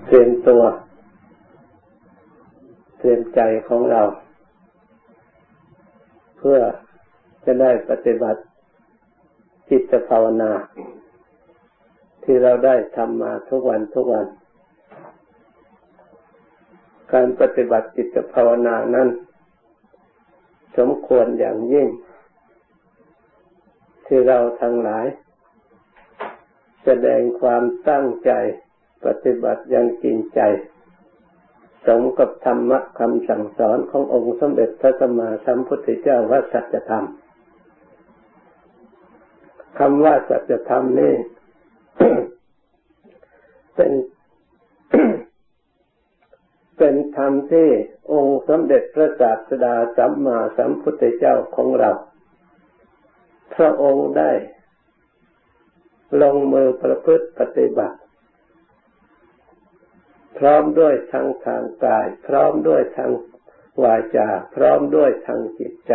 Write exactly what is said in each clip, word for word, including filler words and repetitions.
เตรียมตัวเตรียมใจของเราเพื่อจะได้ปฏิบัติจิตภาวนาที่เราได้ทำมาทุกวันทุกวันการปฏิบัติจิตภาวนานั้นสมควรอย่างยิ่งที่เราทั้งหลายแสดงความตั้งใจปฏิบัติอย่างจริงใจสมกับธรรมะคำสั่งสอนขององค์สมเด็จพระสัมมาสัมพุทธเจ้าว่าสัจธรรมคำว่าสัจธรรมนี่ เป็น เป็นธรรมที่องค์สมเด็จพระศาสดาสัมมาสัมพุทธเจ้าของเราพระองค์ได้ลงมือประพฤติปฏิบัติพร้อมด้วยทั้งทางกายพร้อมด้วยทางวาจาพร้อมด้วยทางจิตใจ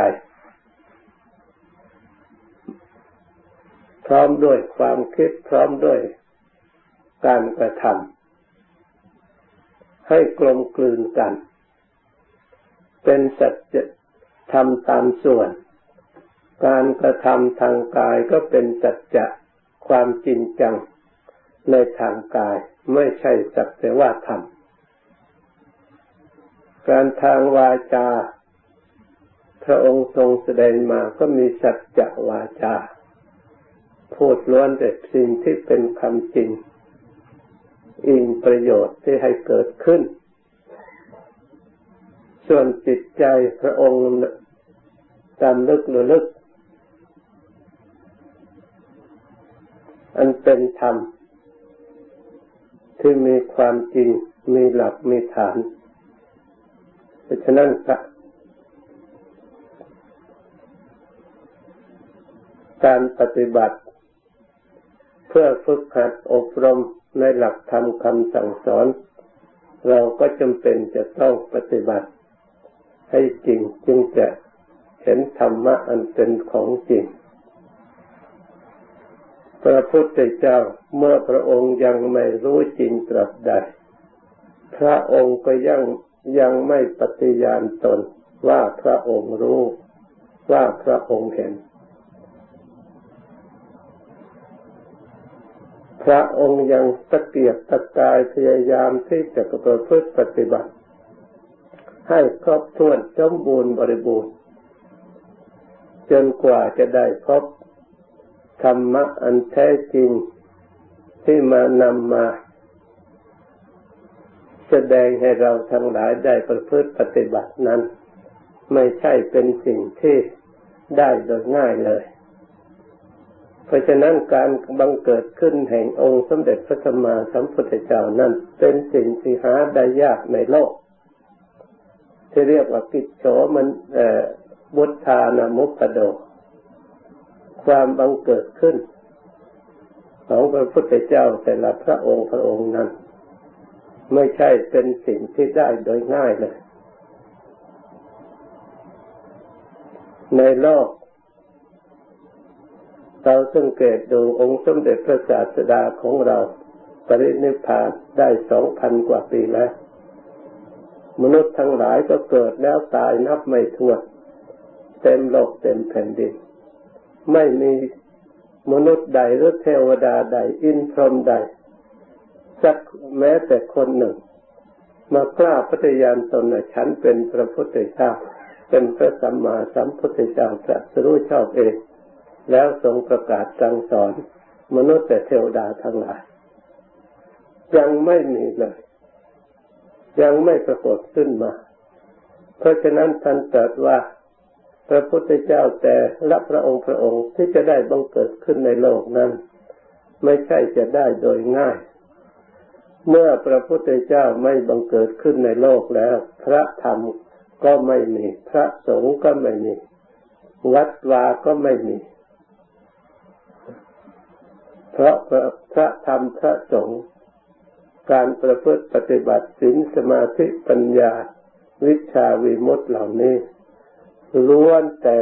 พร้อมด้วยความคิดพร้อมด้วยการกระทำให้กลมกลืนกันเป็นสัจธรรมตามส่วนการกระทำทางกายก็เป็นสัจจะความจริงจังในทางกายไม่ใช่สักแต่ว่าทำการทางวาจาพระองค์ทรงแสดงมาก็มีสัจจะวาจาพูดล้วนแต่สิ่งที่เป็นคำจริงอิงประโยชน์ที่ให้เกิดขึ้นส่วนจิตใจพระองค์ตามลึกหรือลึกอันเป็นธรรมที่มีความจริงมีหลักมีฐานเพราะฉะนั้นการปฏิบัติเพื่อฝึกหัดอบรมในหลักธรรมคำสั่งสอนเราก็จำเป็นจะต้องปฏิบัติให้จริงจึงจะเห็นธรรมะอันเป็นของจริงพระพุทธเจ้าเมื่อพระองค์ยังไม่รู้จริงตรัสใดพระองค์ก็ยังยังไม่ปฏิญาณตนว่าพระองค์รู้ว่าพระองค์เห็นพระองค์ยังตะเกียกตะกายพยายามที่จะประพฤติปฏิบัติให้ครบถ้วนสมบูรณ์บริบูรณ์จนกว่าจะได้พบธรรมะอันแท้จริงที่มานำมาแสดงให้เราทั้งหลายได้ประพฤติปฏิบัตินั้นไม่ใช่เป็นสิ่งที่ได้โดยง่ายเลยเพราะฉะนั้นการบังเกิดขึ้นแห่งองค์สมเด็จพระสัมมาสัมพุทธเจ้านั้นเป็นสิ่งที่หาได้ยากในโลกที่เรียกว่ากิจโสมันบุทธานามุปปโดความบังเกิดขึ้นของพระพุทธเจ้าแต่ละพระองค์พระองค์นั้นไม่ใช่เป็นสิ่งที่ได้โดยง่ายเลยในโลกเราสังเกตดูองค์สมเด็จพระศาสดาของเราปรินิพพานได้สองพันกว่าปีแล้วมนุษย์ทั้งหลายก็เกิดแล้วตายนับไม่ถ้วนเต็มโลกเต็มแผ่นดินไม่มีมนุษย์ใดหรือเทวดาใดอินพรหมใดสักแม้แต่คนหนึ่งมากล้าปฏิญาณตนว่าฉันเป็นพระพุทธเจ้าเป็นพระสัมมาสัมพุทธเจ้าตรัสรู้ชอบเองแล้วทรงประกาศสั่งสอนมนุษย์แต่เทวดาทั้งหลายยังไม่มีเลยยังไม่ปรากฏขึ้นมาเพราะฉะนั้นท่านตรัสว่าพระพุทธเจ้าแต่ละพระองค์พระองค์ที่จะได้บังเกิดขึ้นในโลกนั้นไม่ใช่จะได้โดยง่ายเมื่อพระพุทธเจ้าไม่บังเกิดขึ้นในโลกแล้วพระธรรมก็ไม่มีพระสงฆ์ก็ไม่มีวัดวาก็ไม่มีเพราะพระธรรมพระสงฆ์การประพฤติปฏิบัติศีลสมาธิปัญญาวิชาวิมุตติเหล่านี้ล้วนแต่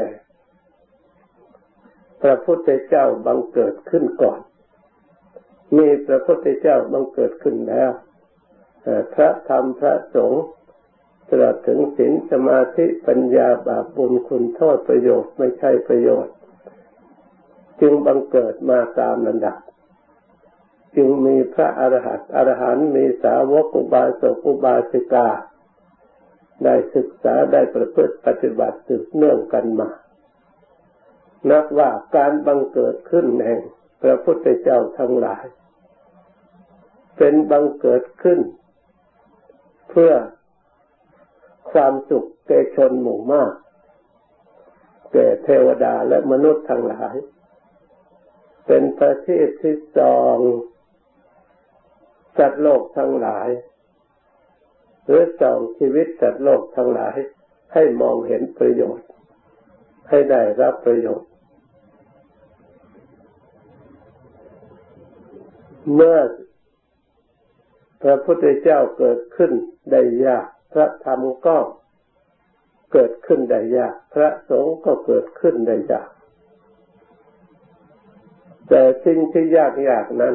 พระพุทธเจ้าบังเกิดขึ้นก่อนมีพระพุทธเจ้าบังเกิดขึ้นแล้วพระธรรมพระสงฆ์ตลอดถึงศีลสมาธิปัญญาบาปบุญคุณโทษประโยชน์ไม่ใช่ประโยชน์จึงบังเกิดมาตามลำดับจึงมีพระอรหันต์อรหันต์มีสาวกอุบาสกอุบาสิกาได้ศึกษาได้ประพฤติปฏิบัติสืบเนื่องกันมานับว่าการบังเกิดขึ้นแห่งพระพุทธเจ้าทั้งหลายเป็นบังเกิดขึ้นเพื่อความสุขแก่ชนหมู่มากแก่เทวดาและมนุษย์ทั้งหลายเป็นประทีปที่ส่องสัตว์โลกทั้งหลายหรือส่องชีวิตสัตว์โลกทั้งหลายให้มองเห็นประโยชน์ให้ได้รับประโยชน์เมื่อพระพุทธเจ้าเกิดขึ้นได้ยากพระธรรมก็เกิดขึ้นได้ยากพระสงฆ์ก็เกิดขึ้นได้ยากแต่สิ่งที่ยากยากนั้น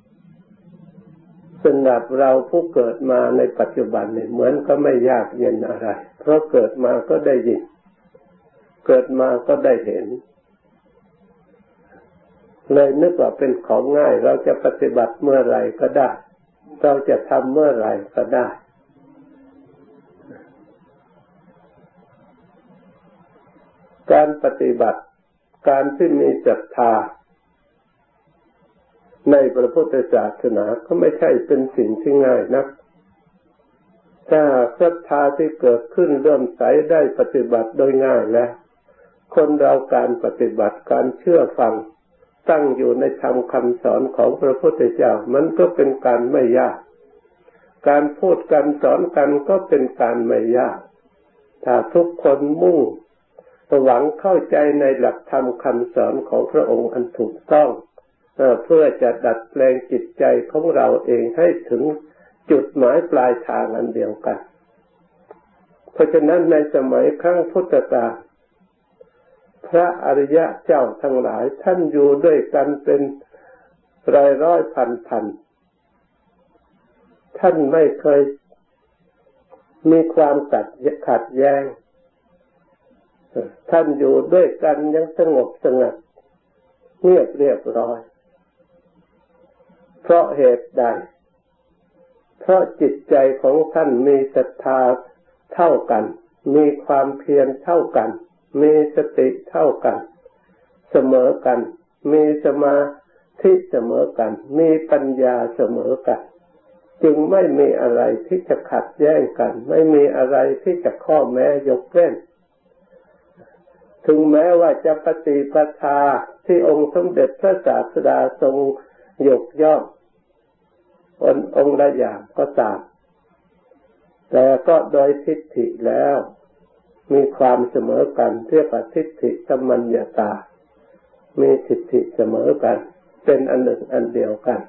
สำหรับเราผู้เกิดมาในปัจจุบันนี่เหมือนก็ไม่ยากเย็นอะไรเพราะเกิดมาก็ได้ยินเกิดมาก็ได้เห็นเลยนึกว่าเป็นของง่ายเราจะปฏิบัติเมื่อไรก็ได้เราจะทำเมื่อไรก็ได้การปฏิบัติการที่มีศรัทธาในพระพุทธศาสนาก็ไม่ใช่เป็นสิ่งที่ง่ายนักถ้าศรัทธาที่เกิดขึ้นเริ่มใสได้ปฏิบัติโดยง่ายแล้วคนเราการปฏิบัติการเชื่อฟังตั้งอยู่ในธรรมคำสอนของพระพุทธเจ้ามันก็เป็นการไม่ยากการพูดกันสอนกันก็เป็นการไม่ยากถ้าทุกคนมุ่งหวังเข้าใจในหลักธรรมคำสอนของพระองค์อันถูกต้องเพื่อจะดัดแปลงจิตใจของเราเองให้ถึงจุดหมายปลายทางอันเดียวกันเพราะฉะนั้นในสมัยครั้งพุทธกาลพระอริยะเจ้าทั้งหลายท่านอยู่ด้วยกันเป็นร้อยร้อยพันพันท่านไม่เคยมีความขัดแย้งท่านอยู่ด้วยกันยังสงบสงัดเงียบเรียบร้อยเพราะเหตุใดเพราะจิตใจของท่านมีศรัทธาเท่ากันมีความเพียรเท่ากันมีสติเท่ากันเสมอกันมีสมาธิเสมอกันมีปัญญาเสมอกันจึงไม่มีอะไรที่จะขัดแย้งกันไม่มีอะไรที่จะข้อแม้ยกเว้นถึงแม้ว่าจะปฏิปทาที่องค์สมเด็จพระศาสดาทรงยกย่ององค์ละอย่างก็ตามแต่ก็โดยทิฏฐิแล้วมีความเสมอกันเรียกว่าทิฏฐิสัมมัญญาตามีทิฏฐิเสมอกันเป็นอันหนึ่งอันเดียวกัน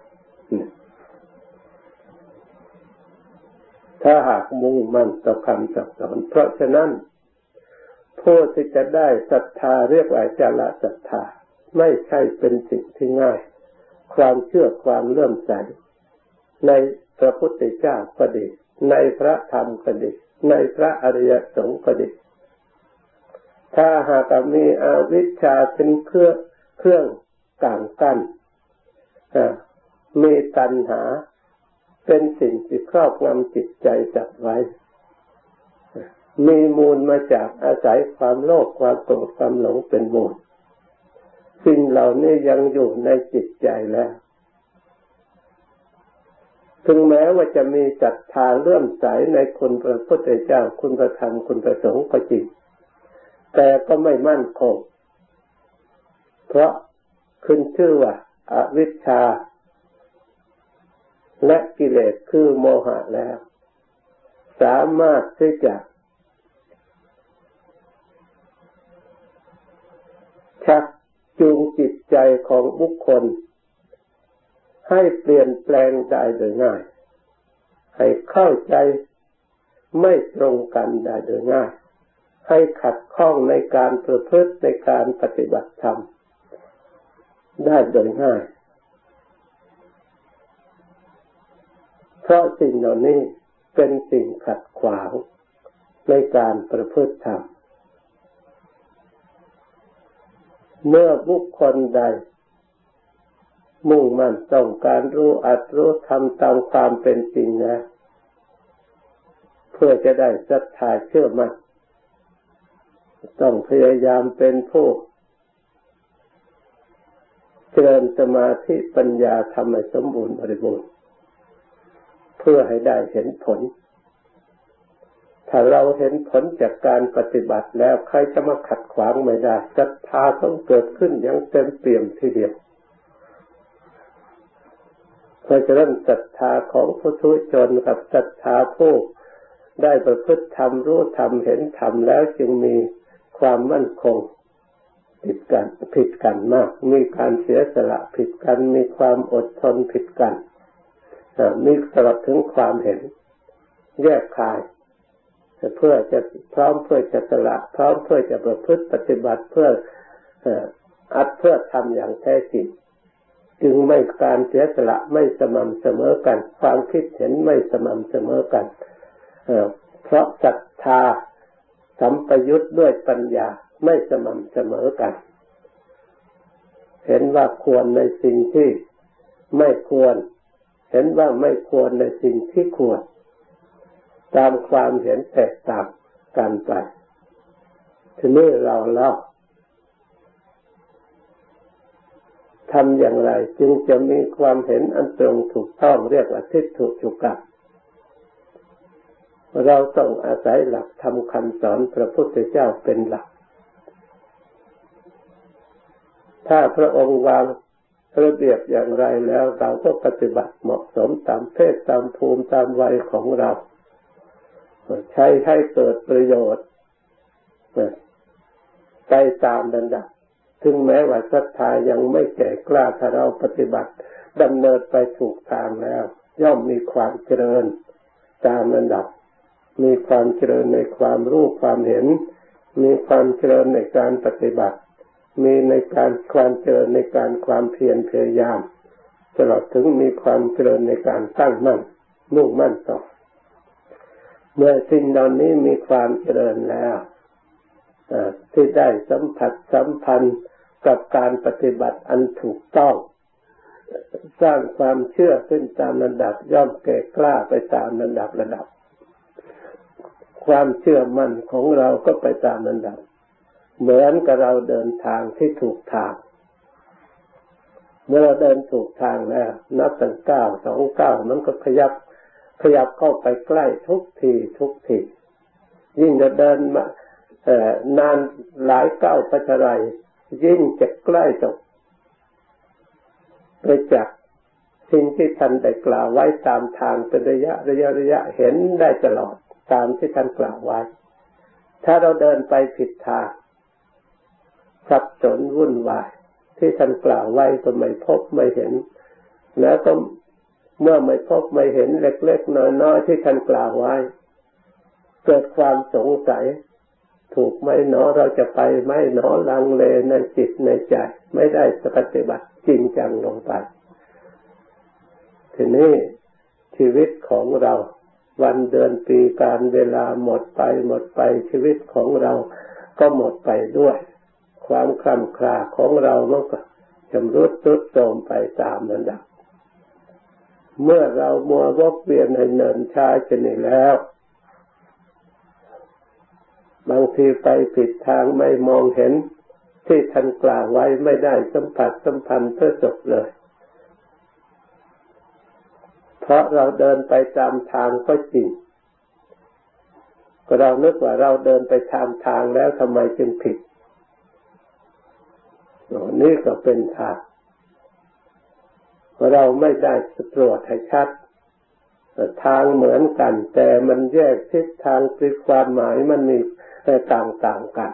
ถ้าหากมุ่งมั่นต่อคำสั่งสอนเพราะฉะนั้นผู้ที่จะได้ศรัทธาเรียกว่าจารศรัทธาไม่ใช่เป็นสิ่งที่ง่ายความเชื่อความเลื่อมใสในพระพุทธเจ้าก็ดีในพระธรรมก็ดีในพระอริยสงฆ์ก็ดีถ้าหากมีอวิชชาเป็นเครื่องเครื่องกังกั้นมีตัณหาเป็นสิ่งที่ครอบงำจิตใจจับไว้มีมูลมาจากอาศัยความโลภความโกรธความหลงเป็นมูลสิ่งเหล่านี้ยังอยู่ในจิตใจแล้วถึงแม้ว่าจะมีศรัทธาเลื่อมใสในคุณพระพุทธเจ้าคุณพระธรรมคุณพระสงฆ์ก็จริงแต่ก็ไม่มั่นคงเพราะขึ้นชื่อว่าอวิชชาและกิเลสคือโมหะแล้วสามารถที่จะชักจูงจิตใจของบุคคลให้เปลี่ยนแปลงได้โดยง่ายให้เข้าใจไม่ตรงกันได้โดยง่ายให้ขัดข้องในการประพฤติในการปฏิบัติธรรมได้โดยง่ายเพราะสิ่งเหล่านี้เป็นสิ่งขัดขวางในการประพฤติธรรมเมื่อบุคคลใดมุ่งมั่นต้องการรู้อัตรู้ธรรมตามความเป็นจริงนะเพื่อจะได้ศรัทธาเชื่อมั่นต้องพยายามเป็นผู้เจริญสมาธิปัญญาทำให้สมบูรณ์บริบูรณ์เพื่อให้ได้เห็นผลถ้าเราเห็นผลจากการปฏิบัติแล้วใครจะมาขัดขวางไม่ได้ศรัทธาต้องเกิดขึ้นอย่างเต็มเปี่ยมทีเดียวเพราะฉะนั้นศรัทธาของผู้ทุชนกับศรัทธาผู้ได้ประพฤติธรรมรู้ธรรมเห็นธรรมแล้วจึงมีความมั่นคงผิดกันผิดกันมากมีการเสียสละผิดกันมีความอดทนผิดกันมีตลอดถึงความเห็นแยกคายเพื่อจะพร้อมเพื่อจะสละพร้อมเพื่อจะประพฤติปฏิบัติเพื่ออัดเพื่อทำอย่างแท้จริงจึงไม่การเสียสละไม่สม่ำเสมอกันความคิดเห็นไม่สม่ำเสมอกันเพราะศรัทธาสัมปยุตด้วยปัญญาไม่สม่ำเสมอกันเห็นว่าควรในสิ่งที่ไม่ควรเห็นว่าไม่ควรในสิ่งที่ควรตามความเห็นแตกต่างกันไปทีนี้เราเล่าทำอย่างไรจึงจะมีความเห็นอันตรงถูกต้องเรียกว่าทิฏฐุจุกังเราต้องอาศัยหลักธรรมคำสอนพระพุทธเจ้าเป็นหลักถ้าพระองค์วางระเบียบอย่างไรแล้วเราก็ปฏิบัติเหมาะสมตามเพศตามภูมิตามวัยของเราใช้ให้เกิดประโยชน์ไปตามระดับถึงแม้ว่าศรัทธายังไม่แก่กล้าถ้าเราปฏิบัติดำเนินไปถูกทางแล้วย่อมมีความเจริญตามระดับมีความเจริญในความรู้ความเห็นมีความเจริญในการปฏิบัติมีในการความเจริญในการความเพียรพยายามตลอดถึงมีความเจริญในการตั้งมั่นมุ่งมั่นต่อเมื่อสิ่งเหล่านี้มีความเจริญแล้วที่ได้สัมผัสสัมพันธ์กับการปฏิบัติอันถูกต้องสร้างความเชื่อขึ้นตามระดับย่อมแก่กล้าไปตามระดับระดับความเชื่อมั่นของเราก็ไปตามระดับเหมือนกับเราเดินทางที่ถูกทางเมื่อเราเดินถูกทางแล้วนับตั้งเก้าสองเก้ามันก็ขยับขยับเข้าไปใกล้ทุกทีทุกทียิ่งจะเดินมานานหลายเก้าไปเท่าไรยิ่งจะใกล้จบโดยจากสิ่งที่ท่านได้กล่าวไว้ตามทางเป็นระยะระยะระยะเห็นได้ตลอดตามที่ท่านกล่าวไว้ถ้าเราเดินไปผิดทางสับสนวุ่นวายที่ท่านกล่าวไว้ก็ไม่พบไม่เห็นแล้วก็เมื่อไม่พบไม่เห็นเล็กๆน้อยๆที่ท่านกล่าวไว้เกิดความสงสัยถูกไหมเนาะเราจะไปไหมเนาะลังเลในจิตในใจไม่ได้ปฏิบัติจริงจังลงไปทีนี้ชีวิตของเราวันเดือนปีการเวลาหมดไปหมดไปชีวิตของเราก็หมดไปด้วยความคล่ำคลาของเรามันก็ชำรุดทรุดโทรมไปตามระดับเมื่อเรามัววกเวียนให้เนินช้าเช่นนี้แล้วบางทีไปผิดทางไม่มองเห็นที่ท่านกล่าวไว้ไม่ได้สัมผัสสัมพันธ์เพื่อจบเลยเพราะเราเดินไปตามทางก็จริงก็เรานึกว่าเราเดินไปตามทางแล้วทำไมจึงผิดนี่ก็เป็นทางเราไม่ได้ตรวจให้ชัดทางเหมือนกันแต่มันแยกทิศทางคือความหมายมันมีต่างๆกัน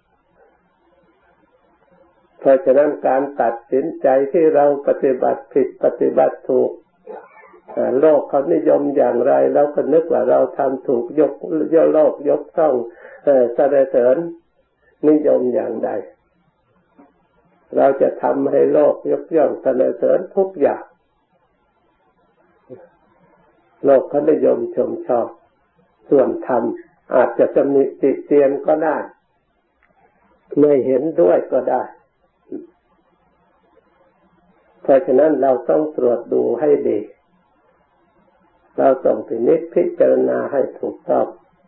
เพราะฉะนั้นการตัดสินใจที่เราปฏิบัติผิดปฏิบัติถูกโลกเขานิยมอย่างไรเราก็นึกว่าเราทำถูกยกย่อโลกยกช่องสรรเสริญนิยมอย่างใดเราจะทำให้โลกยกย่องสรรเสริญทุกอย่างโลกเขานิยมชมชอบส่วนธรรมอาจจะตำหนิติเตียนก็ได้ไม่เห็นด้วยก็ได้เพราะฉะนั้นเราต้องตรวจดูให้ดีเราต้องพินิจพิจารณาให้ถูกต้อง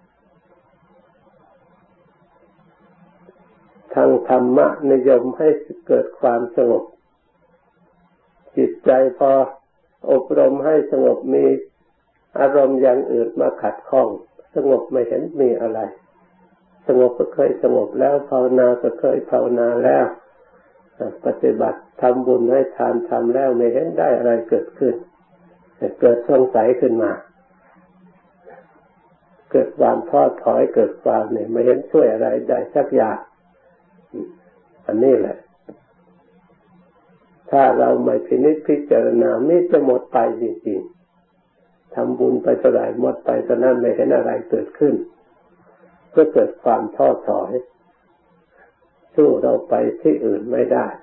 ทางธรรมะนิยมให้เกิดความสงบจิตใจพออบรมให้สงบมีอารมณ์อย่างอื่นมาขัดข้องสงบไม่เห็นมีอะไรสงบก็เคยสงบแล้วภาวนาก็เคยภาวนาแล้วปฏิบัติทำบุญให้ทานทำแล้วไม่เห็นได้อะไรเกิดขึ้นเกิดสงสัยขึ้นมาเกิดความท้อถอยเกิดความเนี่ยไม่เห็นช่วยอะไรได้สักอย่างอันนี้แหละถ้าเราไม่พินิจพิจารณามิจะหมดไปจริงๆทำบุญไปเท่าไหร่หมดไปตอนนั้นไม่เห็นอะไรเกิดขึ้นก็เกิดความท้อถอยสู้เราไปที่อื่นไม่ได้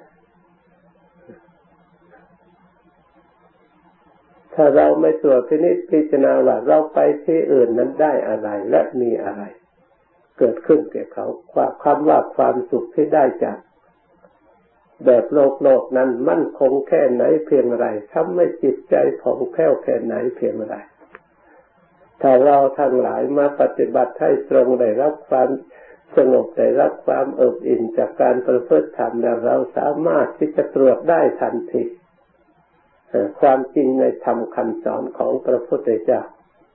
ถ้าเราไม่ตรวจพินิจพิจารณาว่าเราไปที่อื่นนั้นได้อะไรและมีอะไรเกิดขึ้นแก่เขาความคำว่าความสุขที่ได้จากแบบโลกโลกนั้นมั่นคงแค่ไหนเพียงไรทำให้จิตใจผ่องแผ้วแค่ไหนเพียงไรถ้าเราทั้งหลายมาปฏิบัติให้ตรงได้รับความสงบได้รับความเอิบอิ่มจากการประพฤติธรรมแล้วเราสามารถที่จะตรวจได้ทันทีความจริงในธรรมคำสอนของพระพุทธเจ้า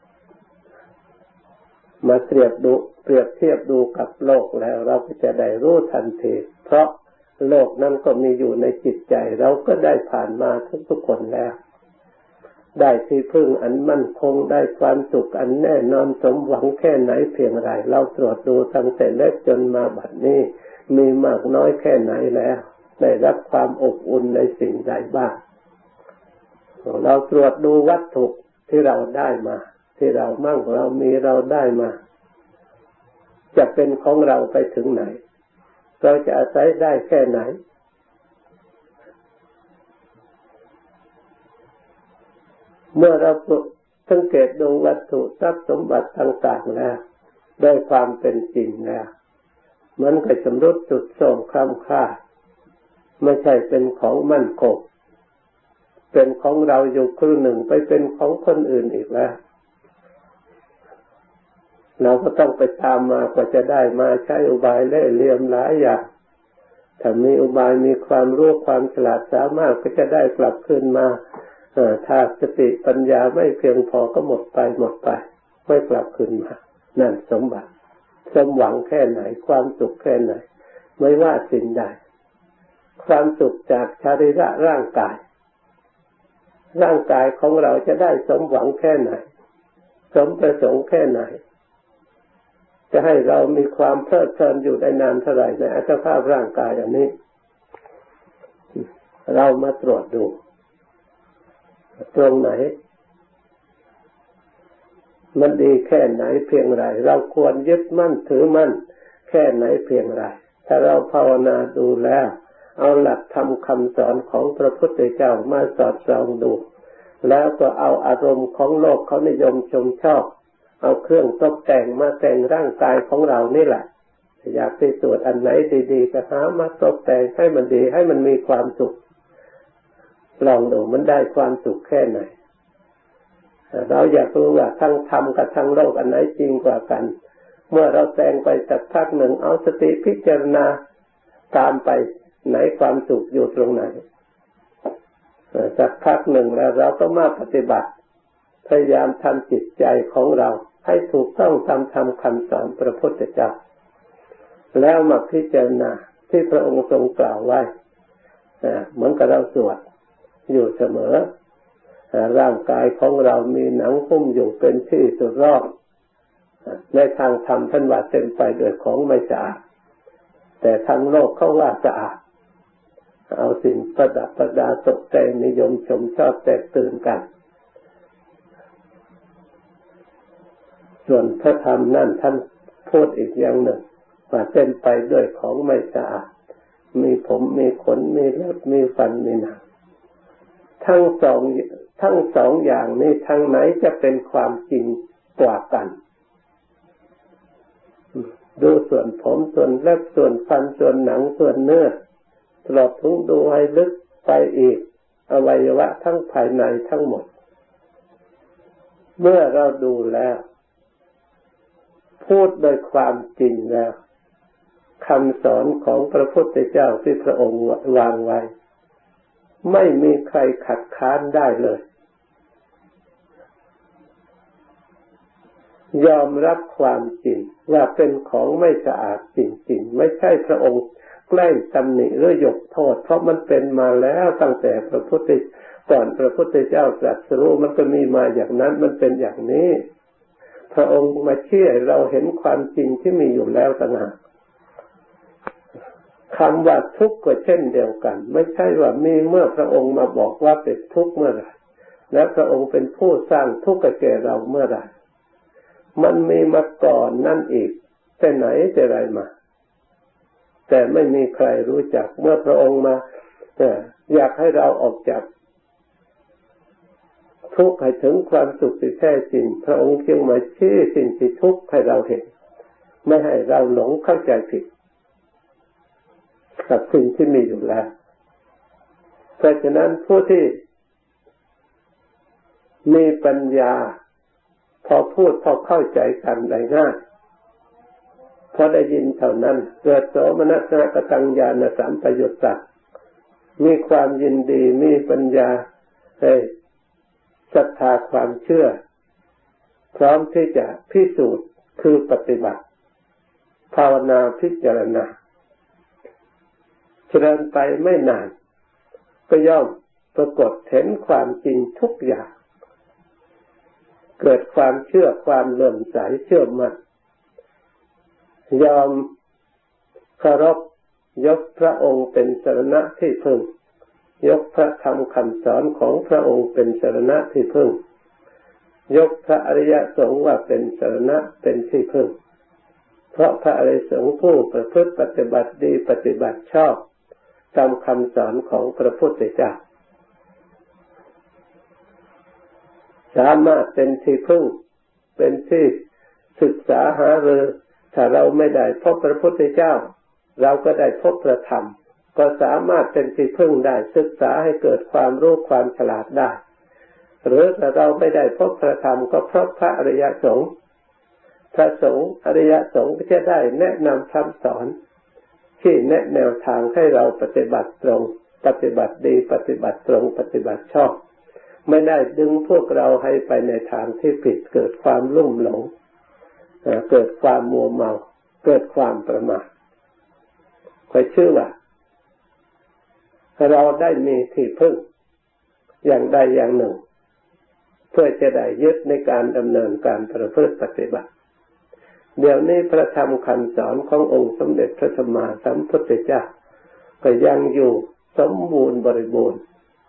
มาเปรียบดูเปรียบเทียบดูกับโลกแล้วเราก็จะได้รู้ทันทีเพราะโลกนั้นก็มีอยู่ในจิตใจเราก็ได้ผ่านมาทุกๆคนแล้วได้ที่พึ่งอันมั่นคงได้ความสุขอันแน่นอนสมหวังแค่ไหนเพียงไรเราตรวจดูตั้งแต่เล็กจนมาบัดนี้มีมากน้อยแค่ไหนแล้วได้รับความอบอุ่นในสิ่งใดบ้างเราตรวจดูวัตถุที่เราได้มาที่เรามั่งเรามีเราได้มาจะเป็นของเราไปถึงไหนเราจะอาศัยได้แค่ไหนเมื่อเราสังเกตดูวัตถุทรัพย์สมบัติต่างๆแล้วโดยความเป็นจริงแล้วมันก็ชำรุดทรุดโทรมคล้ำคล้าไม่ใช่เป็นของมั่นคงเป็นของเราอยู่ครึ่งหนึ่งไปเป็นของคนอื่นอีกแล้วเราก็ต้องไปตามมากว่าจะได้มาใช้อุบายเล่ห์เหลี่ยมหลายอย่างถ้ามีอุบายมีความรู้ความฉลาดสามารถก็จะได้กลับคืนมาถ้าสติปัญญาไม่เพียงพอก็หมดไปหมดไปไม่กลับคืนมานั่นสมบัติสมหวังแค่ไหนความสุขแค่ไหนไม่ว่าสิ่งใดความสุขจากชาริระร่างกายร่างกายของเราจะได้สมหวังแค่ไหนสมประสงค์แค่ไหนจะให้เรามีความเพลิดเพลินอยู่ได้นานเท่าไหร่ในอัตภาพร่างกายอันนี้เรามาตรวจดูตรงไหนมันดีแค่ไหนเพียงไรเราควรยึดมั่นถือมั่นแค่ไหนเพียงไรถ้าเราภาวนาดูแล้วเอาหลักธรรมคำสอนของพระพุทธเจ้ามาสอดส่องดูแล้วก็เอาอารมณ์ของโลกเขานิยมชมชอบเอาเครื่องตกแต่งมาแต่งร่างกายของเรานี่แหละอยากพิสูจน์อันไหนดีๆก็หามาตกแต่งให้มันดีให้มันมีความสุขลองดูมันได้ความสุขแค่ไหนเราอยากรู้ว่าทั้งธรรมกับทั้งโลกอันไหนจริงกว่ากันเมื่อเราแต่งไปสักพักหนึ่งเอาสติพิจารณาตามไปไหนความสุขอยู่ตรงไหนสักพักหนึ่งแล้วเราก็มาปฏิบัติพยายามทำจิตใจของเราให้ถูกต้องตามธรรมคำสอนพระพุทธเจ้าแล้วมาพิจารณาที่พระองค์ทรงกล่าวไว้เหมือนกับเราสวดอยู่เสมอร่างกายของเรามีหนังหุ้มอยู่เป็นที่สุดรอบในทางธรรมท่านว่าเต็มไปด้วยของไม่สะอาดแต่ทางโลกเขาว่าสะอาดเอาสิ่งประดับประดาตกแต่งนิยมชมชอบแตกตื่นกันส่วนพระธรรมนั่นท่านพูดอีกอย่างหนึ่งว่าเต็มไปด้วยของไม่สะอาดมีผมมีขนมีเล็บมีฟันมีหนังทั้งสองทั้งสองอย่างนี้ทางไหนจะเป็นความจริงกว่ากันดูส่วนผมส่วนเล็บส่วนฟันส่วนหนังส่วนเนื้อตลอดถึงดูให้ลึกไปอีกอวัยวะทั้งภายในทั้งหมดเมื่อเราดูแล้วพูดโดยความจริงแล้วคำสอนของพระพุทธเจ้าที่พระองค์วางไว้ไม่มีใครขัดค้านได้เลยยอมรับความจริงว่าเป็นของไม่สะอาดจริงๆไม่ใช่พระองค์แกล้งตำหนิหรือยกโทษเพราะมันเป็นมาแล้วตั้งแต่พระพุทธก่อนพระพุทธเจ้าตรัสรู้มันก็มีมาอย่างนั้นมันเป็นอย่างนี้พระองค์มาเชื่อเราเห็นความจริงที่มีอยู่แล้วต่างหากคำว่าทุกข์ก็เช่นเดียวกันไม่ใช่ว่ามีเมื่อพระองค์มาบอกว่าเป็นทุกข์เมื่อไหร่และพระองค์เป็นผู้สร้างทุกข์แก่เราเมื่อไหร่มันมีมาก่อนนั่นอีกแต่ไหนแต่ไรมาแต่ไม่มีใครรู้จักเมื่อพระองค์มาอยากให้เราออกจากทุกข์ให้ถึงความสุขที่แท้จริงพระองค์จึงมาชี้สิ่งที่ทุกข์ให้เราเห็นไม่ให้เราหลงเข้าใจผิดกับสิ่งที่มีอยู่แล้วเพราะฉะนั้นผู้ที่มีปัญญาพอพูดพอเข้าใจกันได้ง่ายพอได้ยินเท่านั้นเกิดโสมนัสสะกตัญญาณสัมปยุตตะมีความยินดีมีปัญญาให้ศรัทธาความเชื่อพร้อมที่จะพิสูจน์คือปฏิบัติภาวนาพิจารณาเจริญไปไม่นานก็ย่อมปรากฏเห็นความจริงทุกอย่างเกิดความเชื่อความเลื่อมใสเชื่อมั่นยอมเคารพยกพระองค์เป็นสรณะที่พึ่งยกพระธรรมคำสอนของพระองค์เป็นสรณะที่พึ่งยกพระอริยสงฆ์ว่าเป็นสรณะเป็นที่พึ่งเพราะพระอริยสงฆ์ผู้ประพฤติปฏิบัติดีปฏิบัติชอบตามคำสอนของพระพุทธเจ้าสามารถเป็นที่พึ่งเป็นที่ศึกษาหารือถ้าเราไม่ได้พบพระพุทธเจ้าเราก็ได้พบพระธรรมก็สามารถเป็นที่พึ่งได้ศึกษาให้เกิดความรู้ความฉลาดได้หรือถ้าเราไม่ได้พบพระธรรมก็เพราะพระอริยสงฆ์พระสงฆ์อริยสงฆ์ก็จะได้แนะนำคำสอนที่แนะแนวทางให้เราปฏิบัติตรงปฏิบัติดีปฏิบัติตรงปฏิบัติชอบไม่ได้ดึงพวกเราให้ไปในทางที่ผิดเกิดความลุ่มหลงเกิดความมัวเมาเกิดความประมาทขอเชื่อว่าเราได้มีที่พึ่งอย่างใดอย่างหนึ่งเพื่อจะได้ยึดในการดำเนินการประพฤติปฏิบัติเดี๋ยวนี้พระธรรมคำสอนขององค์สมเด็จพระสัมมาสัมพุทธเจ้าก็ยังอยู่สมบูรณ์บริบูรณ์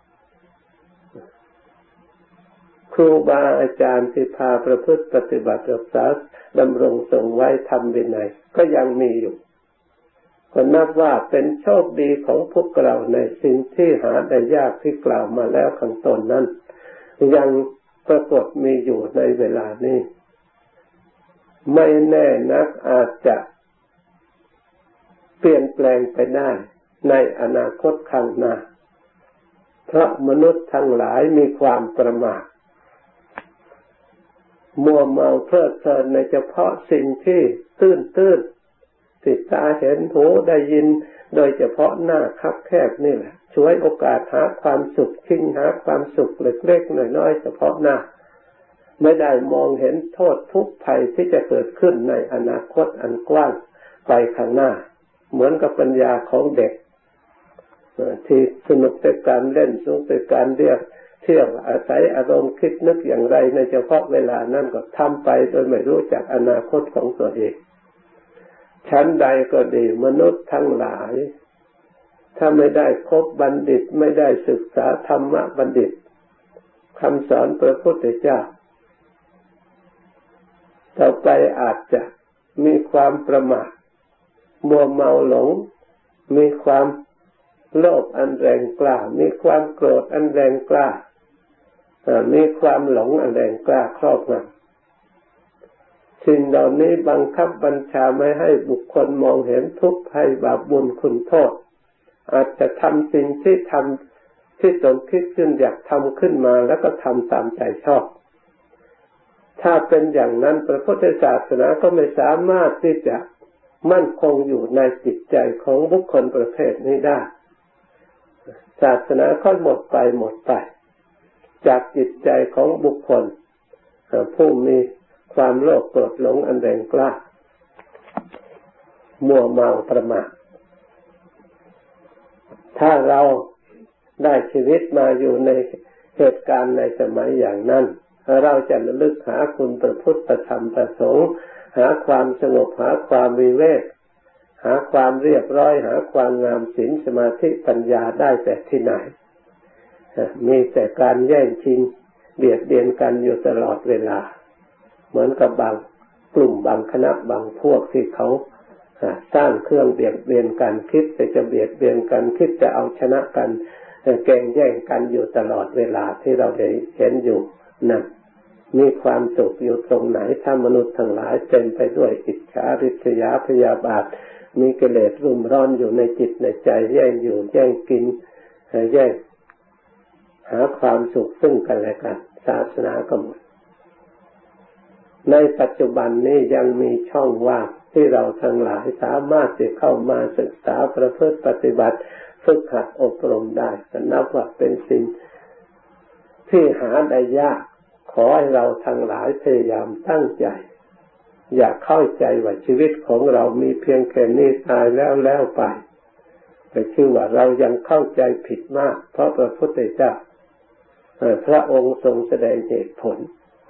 ครูบาอาจารย์ที่พาประพฤติปฏิบัติรักษาดำรงทรงไว้ธรรมวินัยก็ยังมีอยู่ก็นับว่าเป็นโชคดีของพวกเราในสิ่งที่หาได้ยากที่กล่าวมาแล้วข้างต้นนั้นยังปรากฏมีอยู่ในเวลานี้ไม่แน่นักอาจจะเปลี่ยนแปลงไปได้ในอนาคตข้างหน้าเพราะมนุษย์ทั้งหลายมีความประมาทมัวเมาเพลิดเพลินในเฉพาะสิ่งที่ตื้นๆที่ตาเห็นหูได้ยินโดยเฉพาะหน้าคับแคบนี่แหละช่วยโอกาสหาความสุขชิงหาความสุขเล็กๆน้อยๆเฉพาะหน้าไม่ได้มองเห็นโทษทุกข์ภัยที่จะเกิดขึ้นในอนาคตอันกว้างไปข้างหน้าเหมือนกับปัญญาของเด็กที่สนุกในการเล่นสนุกในการเรียกเที่ยวอาศัยอารมณ์คิดนึกอย่างไรในเฉพาะเวลานั้นก็ทำไปโดยไม่รู้จักอนาคตของตัวเองชั้นใดก็ดีมนุษย์ทั้งหลายถ้าไม่ได้พบบัณฑิตไม่ได้ศึกษาธรรมะบัณฑิตคำสอนพระพุทธเจ้าต่อไปอาจจะมีความประมาทมัวเมาหลงมีความโลภอันแรงกล้ามีความโกรธอันแรงกล้ามีความหลงอันแรงกล้าครอบงำสิ่งเหล่านี้บังคับบัญชาไม่ให้บุคคลมองเห็นทุกข์ภัยบาปบุญคุณโทษอาจจะทำสิ่งที่ทำที่ตนคิดขึ้นอยากทำขึ้นมาแล้วก็ทำตามใจชอบถ้าเป็นอย่างนั้นพระพุทธศาสนาก็ไม่สามารถที่จะมั่นคงอยู่ในจิตใจของบุคคลประเภทนี้ได้ศาสนาก็หมดไปหมดไปจากจิตใจของบุคคลผู้มีความโลภโกรธหลงอันแรงกล้ามัวเมาประมาทถ้าเราได้ชีวิตมาอยู่ในเหตุการณ์ในสมัยอย่างนั้นเราจะระลึกหาคุณพระพุทธธรรมประสงค์หาความสงบหาความวิเวกหาความเรียบร้อยหาความงามศีลสมาธิปัญญาได้แต่ที่ไหนมีแต่การแย่งชิงเบียดเบียนกันอยู่ตลอดเวลาเหมือนกับบางกลุ่มบางคณะบางพวกที่เขาสร้างเครื่องเบียดเบียนกันคิดจะเบียดเบียนกันคิดจะเอาชนะกันแข่งแย่งกันอยู่ตลอดเวลาที่เราได้เห็นอยู่นั่นมีความสุขอยู่ตรงไหนถ้ามนุษย์ทั้งหลายเป็นไปด้วยอิจฉาริษยาพยาบาทมีกิเลสรุ่มร้อนอยู่ในจิตในใจแย่งอยู่แย่งกินแย่งหาความสุขซึ่งกันและกันศาสนาก็หมดในปัจจุบันนี้ยังมีช่องว่างที่เราทั้งหลายสามารถจะเข้ามาศึกษาประพฤติปฏิบัติฝึกหัดอบรมได้ก็นับว่าเป็นสิ่งที่หาได้ยากขอให้เราทั้งหลายพยายามตั้งใจอย่าเข้าใจว่าชีวิตของเรามีเพียงแค่นี้ตายแล้วแล้วไปแต่ชื่อว่าเรายังเข้าใจผิดมากเพราะพระพุทธเจ้าพระองค์ทรงแสดงเหตุผล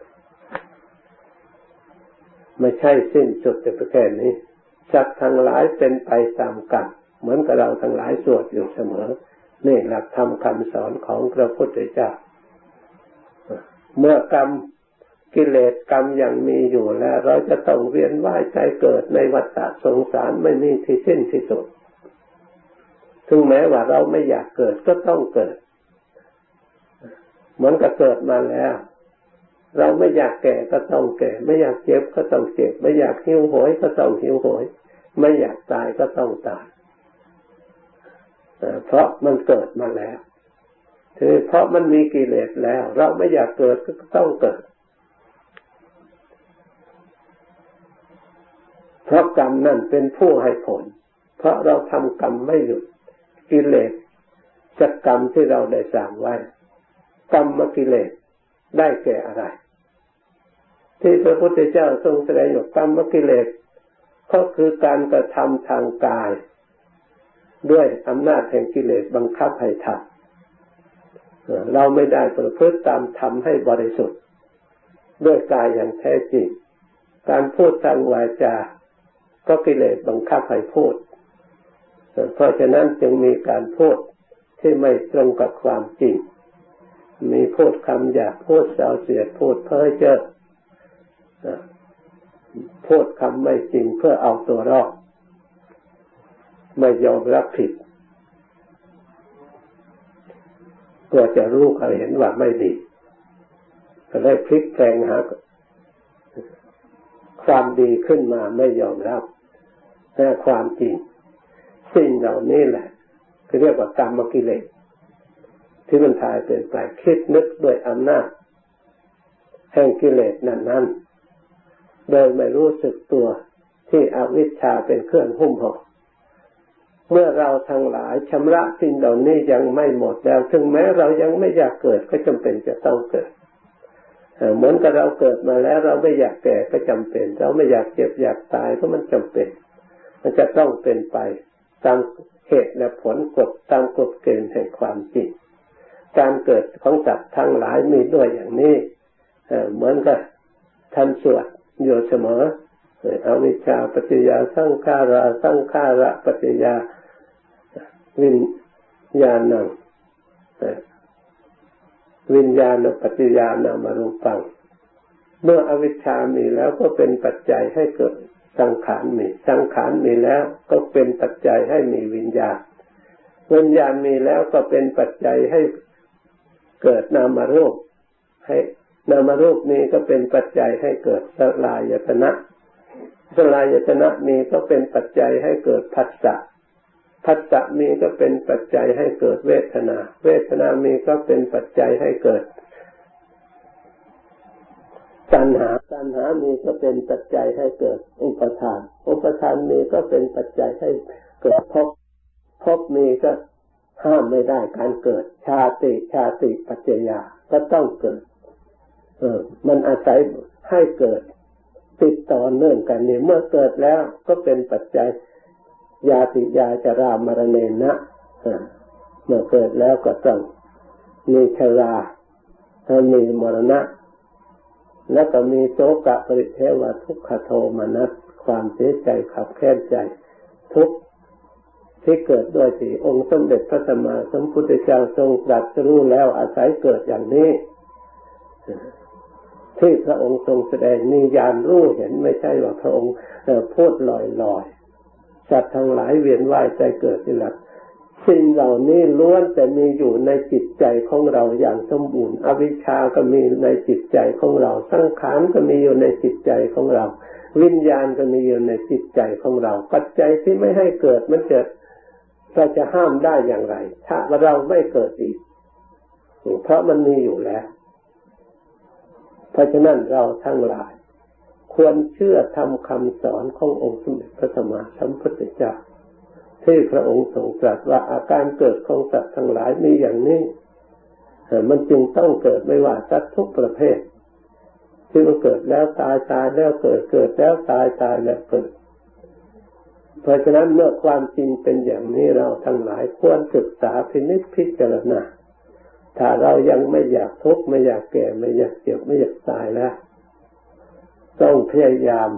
ไม่ใช่สิ้นสุดแต่แค่นี้สัตว์ทั้งหลายเป็นไปตามกรรมเหมือนกับเราทั้งหลายสวดอยู่เสมอนี่หลักธรรมคำสอนของพระพุทธเจ้าเมื่อกรรมกิเลสกรรมยังมีอยู่แล้วเราจะต้องเวียนว่ายใจเกิดในวัฏสงสารไม่มีที่สิ้นที่สุดถึงแม้ว่าเราไม่อยากเกิดก็ต้องเกิดเหมือนกับเกิดมาแล้วเราไม่อยากแก่ก็ต้องแก่ไม่อยากเจ็บก็ต้องเจ็บไม่อยากหิวโหยก็ต้องหิวโหยไม่อยากตายก็ต้องตายเพราะมันเกิดมาแล้วคือเพราะมันมีกิเลสแล้วเราไม่อยากเกิดก็ต้องเกิดเพราะกรรมนั่นเป็นผู้ให้ผลเพราะเราทำกรรมไม่หยุดกิเลสจากกรรมที่เราได้สร้างไว้กรรมกิเลสได้แก่อะไรที่พระพุทธเจ้าทรงแสดงว่ากรรมกิเลสก็คือการกระทำทางกายด้วยอำนาจแห่งกิเลสบังคับให้ทำเราไม่ได้ประพฤติตามธรรมให้บริสุทธิ์ด้วยกายอย่างแท้จริงการพูดทางวาจาก็กิเลสบังคับให้พูดเพราะฉะนั้นจึงมีการพูดที่ไม่ตรงกับความจริงมีพูดคำหยาบพูดส่อเสียดพูดเพ้อเจ้อพูดคำไม่จริงเพื่อเอาตัวรอดไม่ยอมรับผิดก็จะรู้เขาเห็นว่าไม่ดีก็ได้พลิกแปลงหาความดีขึ้นมาไม่ยอมรับแต่ความจริงสิ่งเหล่านี้แหละคือเรียกว่ากรรมกิเลสที่มันทายเป็นไปคิดนึกด้วยอำนาจแห่งกิเลสนั้นๆโดยไม่รู้สึกตัวที่อวิชชาเป็นเครื่องหุ้มห่อเมื่อเราทั้งหลายชำระสิ่งเหล่านี้ยังไม่หมดแล้วถึงแม้เรายังไม่อยากเกิดก็จำเป็นจะต้องเกิดเหมือนกับเราเกิดมาแล้วเราไม่อยากแก่ก็จำเป็นเราไม่อยากเจ็บอยากตายก็มันจำเป็นมันจะต้องเป็นไปตามเหตุและผลกฎตามกฎเกณฑ์แห่งความจริงการเกิดของสัตว์ทั้งหลายมีด้วยอย่างนี้เหมือนกับท่านสวดอยู่เสมออวิชชาปัจจยาสังขาราสังขาระปัจจยาวิญญาณังวิญญาณปัจจยานามรูปังเมื่ออวิชชามีแล้วก็เป็นปัจจัยให้เกิดสังขารมีสังขารมีแล้วก็เป็นปัจจัยให้มีวิญญาณวิญญาณมีแล้วก็เป็นปัจจัยให้เกิดนามรูปให้นามรูปนี้ก็เป็นปัจจัยให้เกิดสลายตนะสลายตนะมีก็เป็นปัจจัยให้เกิดผัสสะผัสสะมีก็เป็นปัจจัยให้เกิดเวทนาเวทนามีก็เป็นปัจจัยให้เกิดตัณหาตัณหามีก็เป็นปัจจัยให้เกิดอุปทานอุปทานมีก็เป็นปัจจัยให้เกิดภพภพมีก็ห้ามไม่ได้การเกิดชาติชาติปัจจยาก็ต้องเกิดเออมันอาศัยให้เกิดติดต่อเนื่องกันนี่เมื่อเกิดแล้วก็เป็นปัจจัยยาติยาจรามรณะนะเมื่อเกิดแล้วก็ต้องมีชรามีมรณะแล้วก็มีโศกะปริเทวทุกขโทมนัสความเสียใจขับแค้นใจทุกข์ที่เกิดด้วยที่องค์สมเด็จพระสัมมาสัมพุทธเจ้าทรงตรัสรู้แล้วอาศัยเกิดอย่างนี้ที่พระองค์ทรงแสดงมีญาณรู้เห็นไม่ใช่ว่าพระองค์พูดลอยๆสัตว์ทั้งหลายเวียนว่ายใจเกิดนี่แหละสิ่งเหล่านี้ล้วนแต่มีอยู่ในจิตใจของเราอย่างสมบูรณ์อวิชชาก็มีในจิตใจของเราสังขารก็มีอยู่ในจิตใจของเราวิญญาณก็มีอยู่ในจิตใจของเราปัจจัยที่ไม่ให้เกิดมันเกิดเราจะห้ามได้อย่างไรถ้าเราไม่เกิดอีกเพราะมันมีอยู่แล้วเพราะฉะนั้นเราทั้งหลายควรเชื่อธรรมคำสอนขององค์สมเด็จพระสัมมาสัมพุทธเจ้าที่พระองค์ทรงตรัสว่าอาการเกิดของสัตว์ทั้งหลายมีอย่างนี้มันจึงต้องเกิดไม่ว่าสัตว์ทุกประเภทที่มันเกิดแล้วตายตายแล้วเกิดเกิดแล้วตายตายแล้วเกิดเพราะฉะนั้นเมื่อความจริงเป็นอย่างนี้เราทั้งหลายควรศึกษาพินิจพิจารณาถ้าเรายังไม่อยากทุกข์ไม่อยากแก่ไม่อยากเจ็บไม่อยากตายแล้วต้องพยายาม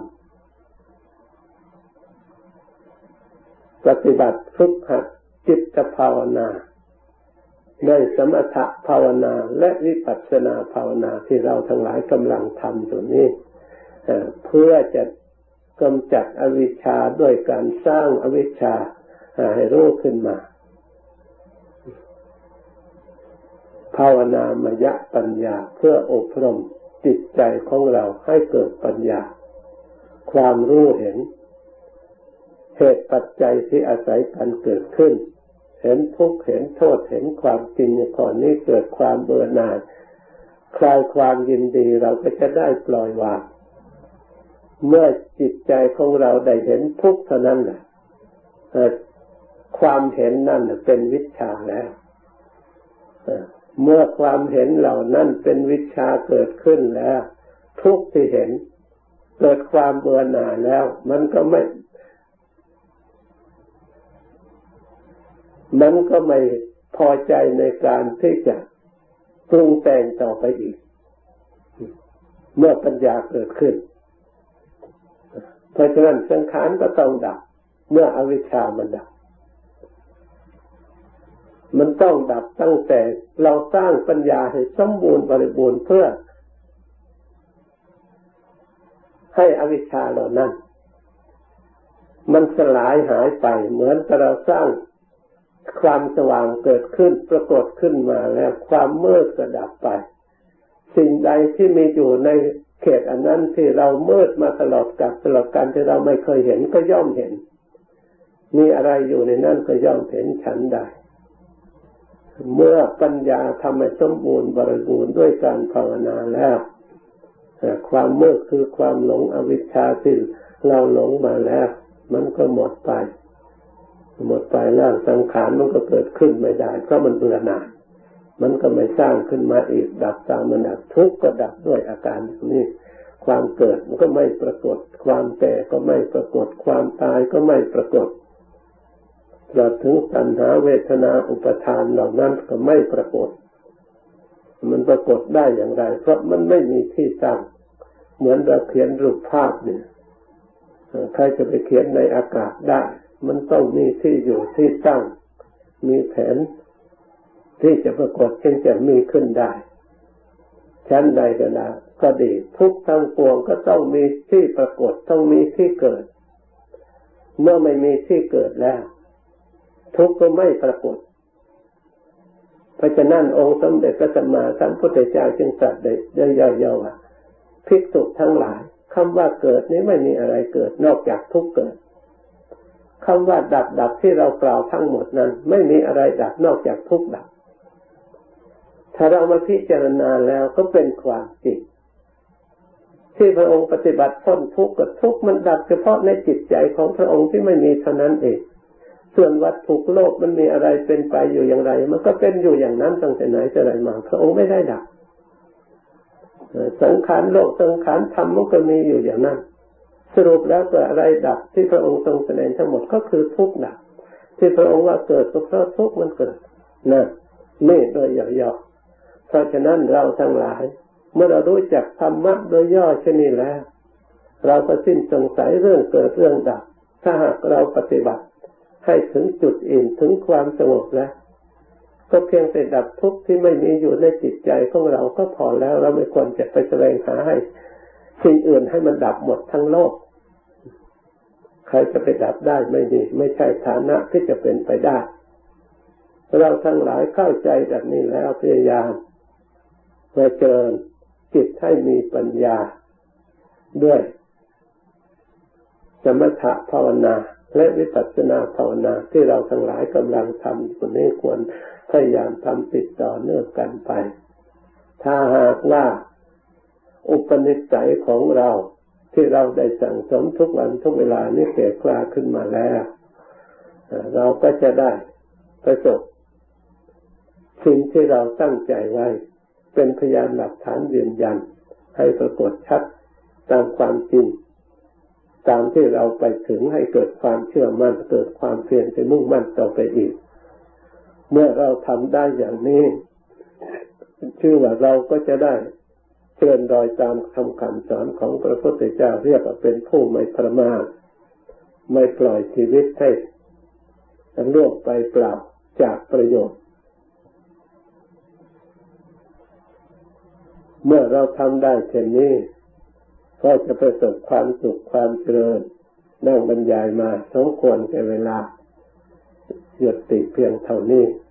ปฏิบัติฝึกหัดจิตภาวนาในสมถะภาวนาและวิปัสสนาภาวนาที่เราทั้งหลายกำลังทำอยู่นี้เพื่อจะกำจัดอวิชชาด้วยการสร้างอวิชชาให้รู้ขึ้นมาภาวนามยปัญญาเพื่ออบรมจิตใจของเราให้เกิดปัญญาความรู้เห็นเหตุปัจจัยที่อาศัยกันเกิดขึ้นเห็นทุกข์เห็นโทษเห็นความจริงก่อนนี้เกิดความเบื่อหน่ายคลายความยินดีเราก็จะได้ปล่อยวางเมื่อจิตใจของเราได้เห็นทุกข์เท่านั้นแหละความเห็นนั่นเป็นวิชชาแล้วเมื่อความเห็นเหล่านั้นเป็นวิชชาเกิดขึ้นแล้วทุกข์ที่เห็นเกิดความเบื่อหน่ายแล้วมันก็ไม่มันก็ไม่พอใจในการที่จะปรุงแต่งต่อไปอีกเมื่อปัญญาเกิดขึ้นเพราะฉะนั้นสังขารก็ต้องดับเมื่ออวิชชามันดับมันต้องดับตั้งแต่เราสร้างปัญญาให้สมบูรณ์บริบูรณ์เพื่อให้อวิชชาเหล่านั้นมันสลายหายไปเหมือนกับเราสร้างความสว่างเกิดขึ้นปรากฏขึ้นมาแล้วความมืดก็ดับไปสิ่งใดที่มีอยู่ในเขตอันนั้นที่เรามืดมาตลอดกับตลอดการที่เราไม่เคยเห็นก็ย่อมเห็นมีอะไรอยู่ในนั้นก็ย่อมเห็นฉันได้เมื่อปัญญาทำให้สมบูรณ์บริบูรณ์ด้วยการภาวนาแล้วความมืดคือความหลงอวิชชาที่เราหลงมาแล้วมันก็หมดไปหมดไปแล้วสังขารมันก็เกิดขึ้นไม่ได้เพราะมันเบื่อหน่ายมันก็ไม่สร้างขึ้นมาอีกดับตามมันดับทุกข์ก็ดับด้วยอาการนี้ความเกิดมันก็ไม่ปรากฏความแก่ก็ไม่ปรากฏความตายก็ไม่ปรากฏเราถึงตัณหาเวทนาอุปทานเหล่านั้นก็ไม่ปรากฏมันปรากฏได้อย่างไรเพราะมันไม่มีที่ตั้งเหมือนเราเขียนรูปภาพเนี่ยใครจะไปเขียนในอากาศได้มันต้องมีที่อยู่ที่ตั้งมีแผนที่จะปรากฏจึงจะมีขึ้นได้ชั้นใดก็ได้ก็ดีทุกทั้งปวงก็ต้องมีที่ปรากฏต้องมีที่เกิดเมื่อไม่มีที่เกิดแล้วทุกข์ก็ไม่ปรากฏเพราะฉะนั้นองค์สมเด็จพระสัมมาสัมพุทธเจ้าจึงตรัสได้ย่อๆว่าภิกษุทั้งหลายคำว่าเกิดนี้ไม่มีอะไรเกิดนอกจากทุกข์เกิดคำว่าดับดับที่เรากล่าวทั้งหมดนั้นไม่มีอะไรดับนอกจากทุกข์ดับถ้าเรามาพิจารณาแล้วก็เป็นความจริงที่พระองค์ปฏิบัติพ้นทุกข์กับทุกข์มันดับเฉพาะในจิตใจของพระองค์ที่ไม่มีเท่านั้นเองส่วนวัตถุโลกมันมีอะไรเป็นไปอยู่อย่างไรมันก็เป็นอยู่อย่างนั้นตั้งแต่ไหนแต่ไรมาพระองค์ไม่ได้ดับสังขารโลกสังขารธรรมมันก็มีอยู่อย่างนั้นสรุปแล้วเกิดอะไรดับที่พระองค์ทรงแสดงทั้งหมดก็คือทุกข์ดับที่พระองค์ว่าเกิดก็เพราะทุกข์มันเกิดนะนี่โดยย่อๆเพราะฉะนั้นเราทั้งหลายเมื่อเรารู้จักธรรมะโดยย่อเช่นนี้แล้วเราก็สิ้นสงสัยเรื่องเกิดเรื่องดับถ้าหากเราปฏิบัติให้ถึงจุดอิ่มถึงความสงบแล้วก็เพียงแต่ดับทุกข์ที่ไม่มีอยู่ในจิตใจของเราก็พอแล้วเราไม่ควรจะไปแสวงหาให้สิ่งอื่นให้มันดับหมดทั้งโลกใครจะไปดับได้ไม่ดีไม่ใช่ฐานะที่จะเป็นไปได้เราทั้งหลายเข้าใจแบบนี้แล้วพยายามมาเจริญจิตให้มีปัญญาด้วยสมถะภาวนาและวิปัสสนาภาวนาที่เราทั้งหลายกำลังทำอยู่นี้ควรพยายามทำติดต่อเนื่องกันไปถ้าหากว่าอุปนิสัยของเราที่เราได้สั่งสมทุกวันทุกเวลานี้แก่กล้าขึ้นมาแล้วเราก็จะได้ประสบสิ่งที่เราตั้งใจไว้เป็นพยานหลักฐานยืนยันให้ปรากฏชัดตามความจริงตามที่เราไปถึงให้เกิดความเชื่อมั่นเกิดความเพียรไปมุ่งมั่นต่อไปอีกเมื่อเราทำได้อย่างนี้ชื่อว่าเราก็จะได้เดินรอยตามคำคำสอนของพระพุทธเจ้าเรียกว่าเป็นผู้ไม่ประมาทไม่ปล่อยชีวิตให้ล่วงไปเปล่าจากประโยชน์เมื่อเราทำได้เช่นนี้ก็จะประสบความสุขความเจริญนั่งบรรยายมาสมควรแก่เวลาหยุดติเพียงเท่านี้